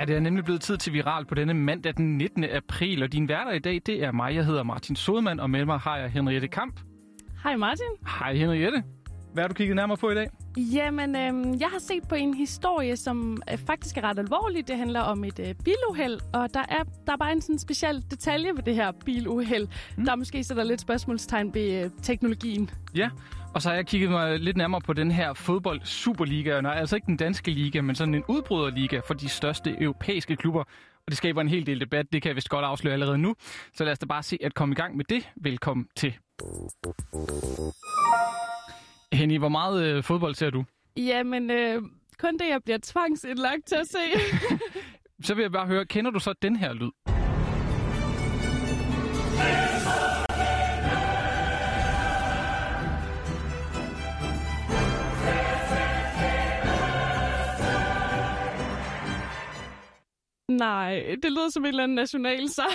Ja, det er nemlig blevet tid til viral på denne mandag den 19. april, og din værter i dag, det er mig. Jeg hedder Martin Sodemann, og med mig har jeg Henriette Kamp. Hej Martin. Hej Henriette. Hvad har du kigget nærmere på i dag? Jamen, jeg har set på en historie, som faktisk er ret alvorlig. Det handler om et biluheld, og der er bare en sådan speciel detalje ved det her biluheld, der måske sætter lidt spørgsmålstegn ved teknologien. Ja, og så har jeg kigget mig lidt nærmere på den her fodbold-superliga. Nej, altså ikke den danske liga, men sådan en udbryderliga for de største europæiske klubber. Og det skaber en hel del debat, det kan jeg vist godt afsløre allerede nu. Så lad os da bare se at komme i gang med det. Velkommen til. Henny, hvor meget fodbold ser du? Jamen, kun det, jeg bliver tvangsindlagt til at se. Så vil jeg bare høre, kender du så den her lyd? Nej, det lyder som en eller anden nationalsang.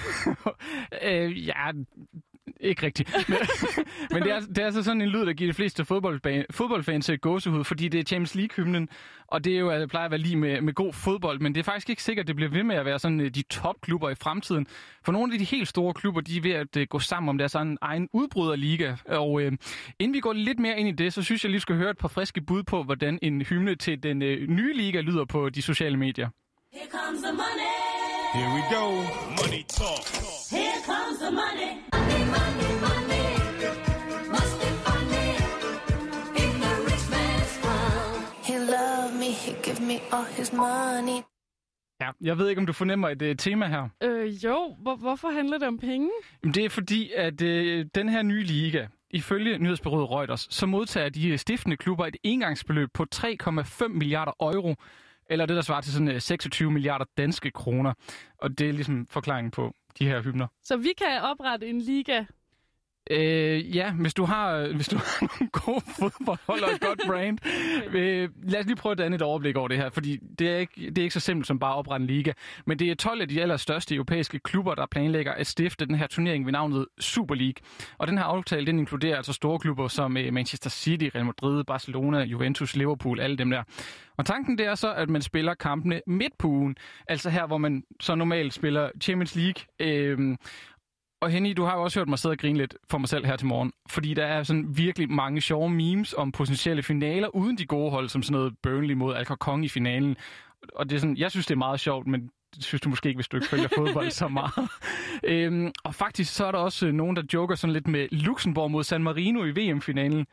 Ja, ikke rigtigt. Men det er altså sådan en lyd, der giver de fleste fodboldfans gåsehud, fordi det er Champions League-hymnen, og det er jo, plejer at være lige med god fodbold, men det er faktisk ikke sikkert, at det bliver ved med at være sådan de topklubber i fremtiden. For nogle af de helt store klubber, de er ved at gå sammen om deres egen udbryderliga, og inden vi går lidt mere ind i det, så synes jeg lige skal høre et par friske bud på, hvordan en hymne til den nye liga lyder på de sociale medier. Here comes the money. Here we go. Money talk. Here comes the money. Money, money, money. Must be funny. In the rich man's world. He love me, he give me all his money. Ja, jeg ved ikke, om du fornemmer et tema her. Jo, hvorfor handler det om penge? Jamen, det er fordi, at den her nye liga, ifølge nyhedsbureauet Reuters, så modtager de stiftende klubber et engangsbeløb på 3,5 milliarder euro, eller det, der svarer til sådan 26 milliarder danske kroner. Og det er ligesom forklaringen på de her hymner. Så vi kan oprette en liga? Ja, hvis du har nogle gode fodboldhold og et godt brand. Lad os lige prøve at danne et overblik over det her, fordi det er ikke så simpelt som bare at oprette en liga. Men det er 12 af de allerstørste europæiske klubber, der planlægger at stifte den her turnering ved navnet Super League. Og den her aftale, den inkluderer altså store klubber som Manchester City, Real Madrid, Barcelona, Juventus, Liverpool, alle dem der. Og tanken det er så, at man spiller kampene midt på ugen. Altså her, hvor man så normalt spiller Champions League. Og Henny, du har jo også hørt mig sidde og grine lidt for mig selv her til morgen, fordi der er sådan virkelig mange sjove memes om potentielle finaler uden de gode hold, som sådan noget Burnley mod Alcorcon i finalen. Og det er sådan, jeg synes, det er meget sjovt, men det synes du måske ikke, hvis du ikke følger fodbold så meget. Og faktisk så er der også nogen, der joker sådan lidt med Luxembourg mod San Marino i VM-finalen.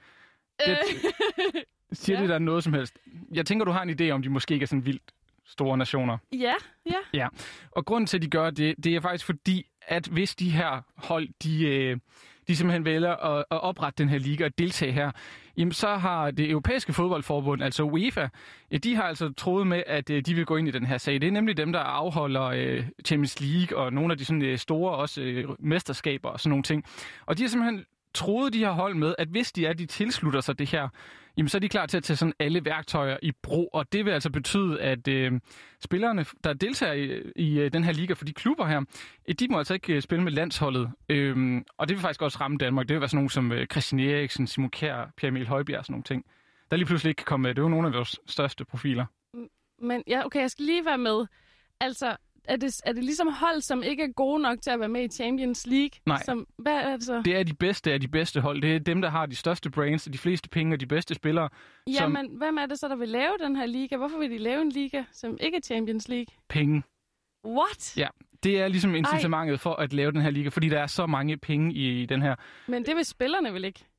Siger det der noget som helst? Jeg tænker, du har en idé om, de måske ikke er sådan vildt store nationer. Ja. Og grunden til, at de gør det, det er faktisk fordi, at hvis de her hold, de simpelthen vælger at oprette den her liga og deltage her, jamen så har det europæiske fodboldforbund, altså UEFA, de har altså troet med, at de vil gå ind i den her sag. Det er nemlig dem, der afholder Champions League og nogle af de sådan store også mesterskaber og sådan nogle ting. Og de har simpelthen troede de her hold med, at hvis de tilslutter sig det her, jamen så er de klar til at tage sådan alle værktøjer i brug, og det vil altså betyde, at spillerne, der deltager i den her liga for de klubber her, de må altså ikke spille med landsholdet, og det vil faktisk også ramme Danmark. Det vil være sådan nogle som Christian Eriksen, Simon Kjær, Per Emil Højbjerg og sådan nogle ting, der lige pludselig ikke kan komme med. Det er jo nogle af vores største profiler. Men ja, okay, jeg skal lige være med. Altså, er det ligesom hold, som ikke er gode nok til at være med i Champions League? Nej. Hvad er det så? Det er de bedste af de bedste hold. Det er dem, der har de største brains, de fleste penge og de bedste spillere. Jamen, hvem er det så, der vil lave den her liga? Hvorfor vil de lave en liga, som ikke er Champions League? Penge. What? Ja, det er ligesom incitamentet for at lave den her liga, fordi der er så mange penge i den her. Men det vil spillerne vel ikke?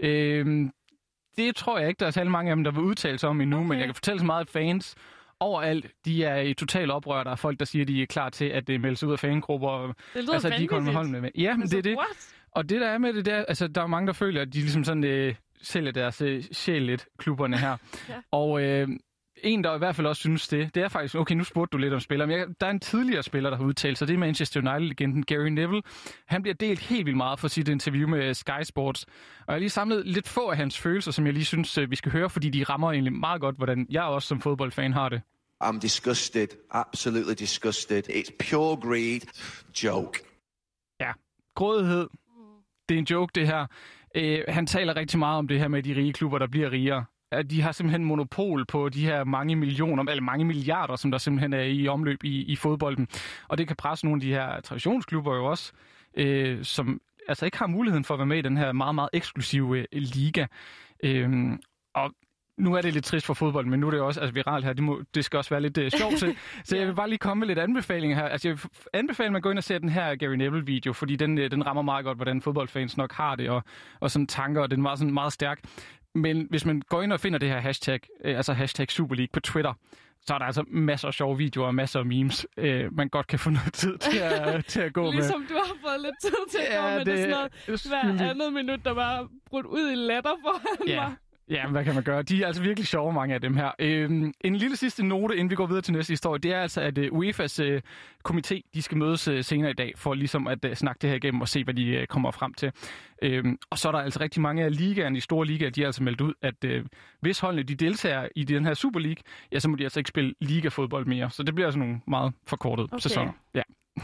Det tror jeg ikke, der er så mange af dem, der vil udtale sig om endnu, okay. Men jeg kan fortælle så meget, at fans overalt, de er i total oprør. Der er folk, der siger, at de er klar til at melde sig ud af fangrupper. Det lyder vanvittigt. De kommer holdene med. Ja, men altså, det er det. What? Og det, der er med det der, altså der er mange, der føler, at de ligesom sådan sælger deres sjæl lidt, klubberne her. Ja. Og en, der i hvert fald også synes det er faktisk, okay, nu spurgte du lidt om spillere, men der er en tidligere spiller, der har udtalt sig. Det er Manchester United-legenden Gary Neville. Han bliver delt helt vildt meget for sit interview med Sky Sports. Og jeg har lige samlet lidt få af hans følelser, som jeg lige synes, vi skal høre, fordi de rammer egentlig meget godt, hvordan jeg også som fodboldfan har det. I'm disgusted. Absolutely disgusted. It's pure greed. Joke. Ja, grådighed. Det er en joke, det her. Han taler rigtig meget om det her med de rige klubber, der bliver rigere. at de har simpelthen monopol på de her mange millioner, eller mange milliarder, som der simpelthen er i omløb i fodbolden. Og det kan presse nogle af de her traditionsklubber jo også, som altså ikke har muligheden for at være med i den her meget, meget eksklusive liga. Og nu er det lidt trist for fodbold, men nu er det også viralt her. Det skal også være lidt sjovt til. Så jeg vil bare lige komme med lidt anbefalinger her. Altså jeg vil anbefale, at man går ind og ser den her Gary Neville-video, fordi den rammer meget godt, hvordan fodboldfans nok har det, og sådan tanker, og den var sådan meget stærk. Men hvis man går ind og finder det her hashtag Super League på Twitter, så er der altså masser af sjove videoer og masser af memes, man godt kan få noget tid til at gå med. Ligesom du har fået lidt tid til at gå med. Det er sådan noget hver andet minut, der var brudt ud i latter for mig. Ja, hvad kan man gøre? De er altså virkelig sjove, mange af dem her. En lille sidste note, inden vi går videre til næste historie, det er altså, at UEFA's komité, de skal mødes senere i dag, for ligesom at snakke det her igennem og se, hvad de kommer frem til. Og så er der altså rigtig mange af ligaerne, i store ligaer, de har altså meldt ud, at hvis holdene de deltager i den her Super League, ja, så må de altså ikke spille ligafodbold mere. Så det bliver altså nogle meget forkortede sæsoner. Ja.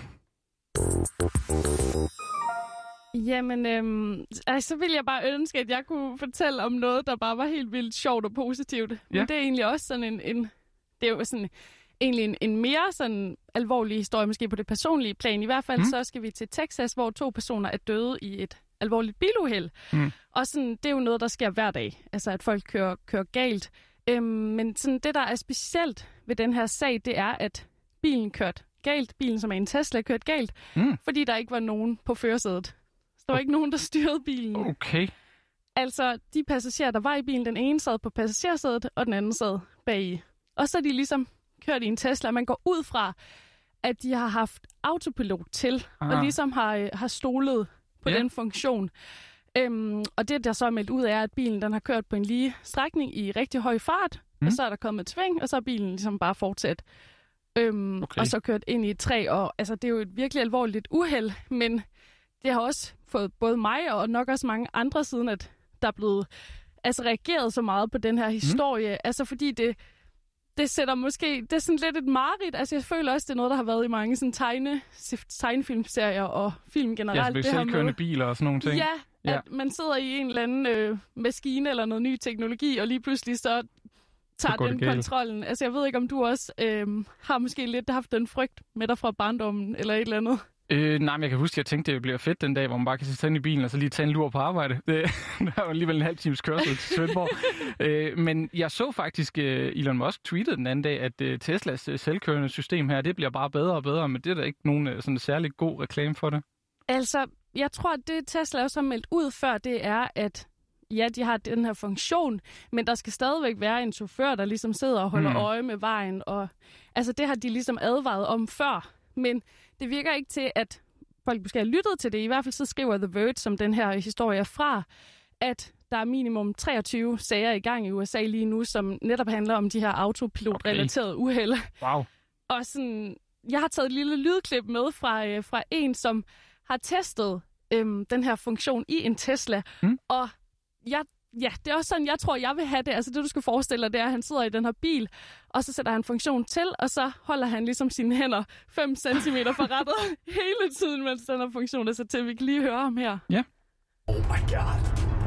Jamen, så ville jeg bare ønske, at jeg kunne fortælle om noget, der bare var helt vildt sjovt og positivt. Men det er egentlig også sådan det er jo sådan egentlig en mere sådan alvorlig historie, måske på det personlige plan. I hvert fald så skal vi til Texas, hvor 2 personer er døde i et alvorligt biluheld. Og sådan, det er jo noget, der sker hver dag. Altså, at folk kører galt. Men sådan, det, der er specielt ved den her sag, det er, at bilen kørte galt. Bilen, som er en Tesla, kørte galt, fordi der ikke var nogen på førersædet. Der var ikke nogen, der styrede bilen. Okay. Altså, de passagerer, der var i bilen, den ene sad på passagersædet, og den anden sad bagi. Og så er de ligesom kørt i en Tesla. Man går ud fra, at de har haft autopilot til, og ligesom har stolet på den funktion. Og det, der så er meldt ud, er, at bilen den har kørt på en lige strækning i rigtig høj fart, og så er der kommet tving, og så er bilen ligesom bare fortsat. Og så kørt ind i et træ, og altså, det er jo et virkelig alvorligt uheld, men det har også fået både mig og nok også mange andre siden, at der er blevet reageret så meget på den her historie. Altså fordi det sætter måske... Det er sådan lidt et mareridt. Altså jeg føler også, det er noget, der har været i mange sådan tegnefilmserier og film generelt. Ja, selvkørende biler og sådan nogle ting. Ja, at man sidder i en eller anden maskine eller noget ny teknologi, og lige pludselig så tager den kontrollen. Altså jeg ved ikke, om du også har måske lidt haft den frygt med dig fra barndommen eller et eller andet. Nej, men jeg kan huske, at jeg tænkte, at det bliver fedt den dag, hvor man bare kan sætte sig ind i bilen og så lige tage en lur på arbejde. Det er jo alligevel en halv times kørsel til Svendborg. Men jeg så faktisk Elon Musk tweetede den anden dag, at Teslas selvkørende system her, det bliver bare bedre og bedre, men det er der ikke nogen sådan særlig god reklame for det. Altså, jeg tror, at det Tesla også har meldt ud før, det er, at ja, de har den her funktion, men der skal stadigvæk være en chauffør, der ligesom sidder og holder øje med vejen. Og, altså, det har de ligesom advaret om før, men det virker ikke til, at folk måske har lyttet til det. I hvert fald så skriver The Verge, som den her historie er fra, at der er minimum 23 sager i gang i USA lige nu, som netop handler om de her autopilot-relaterede uheld. Wow. Og sådan, jeg har taget et lille lydklip med fra en, som har testet den her funktion i en Tesla. Og det er også sådan, jeg tror, jeg vil have det. Altså det, du skal forestille dig, det er, at han sidder i den her bil, og så sætter han funktion til, og så holder han ligesom sine hænder 5 centimeter forrettet hele tiden, mens den her funktion er sat til. Vi kan lige høre ham her. Ja. Oh my god.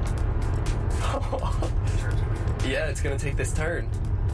Yeah, it's gonna take this turn.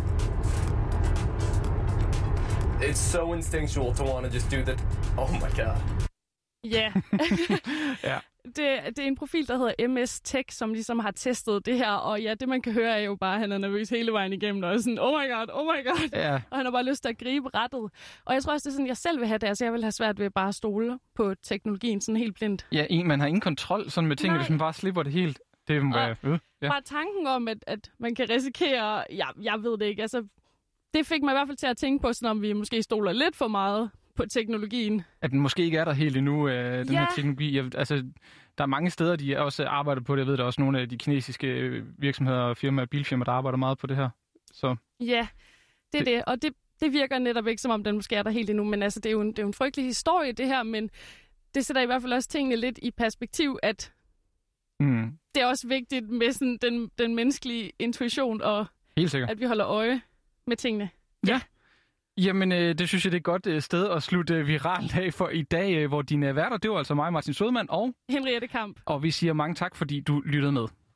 It's so instinctual to want to just do that. Oh my god. Ja. Ja. Det er en profil, der hedder MS Tech, som ligesom har testet det her, og ja, det man kan høre er jo bare, at han er nervøs hele vejen igennem, og sådan, oh my god, ja. Og han har bare lyst til at gribe rettet. Og jeg tror også, det er sådan, jeg selv vil have det, altså jeg vil have svært ved bare at stole på teknologien sådan helt blindt. Ja, man har ingen kontrol sådan med tingene, hvis man bare slipper det helt. Det må være bare tanken om, at man kan risikere, jeg ved det ikke, altså det fik mig i hvert fald til at tænke på, sådan om vi måske stoler lidt for meget på teknologien. At den måske ikke er der helt endnu, den her teknologi. Altså, der er mange steder, de også arbejder på det. Jeg ved, der er også nogle af de kinesiske virksomheder og bilfirmaer, der arbejder meget på det her. Så. Ja, det er det. Og det virker netop ikke, som om den måske er der helt endnu. Men altså, det er jo en frygtelig historie, det her. Men det sætter i hvert fald også tingene lidt i perspektiv, at det er også vigtigt med sådan den menneskelige intuition, og helt sikkert, at vi holder øje med tingene. Ja. Jamen, det synes jeg, det er et godt sted at slutte viralt af for i dag, hvor dine værter, det var altså mig, Martin Sødman, og Henriette Kamp. Og vi siger mange tak, fordi du lyttede med.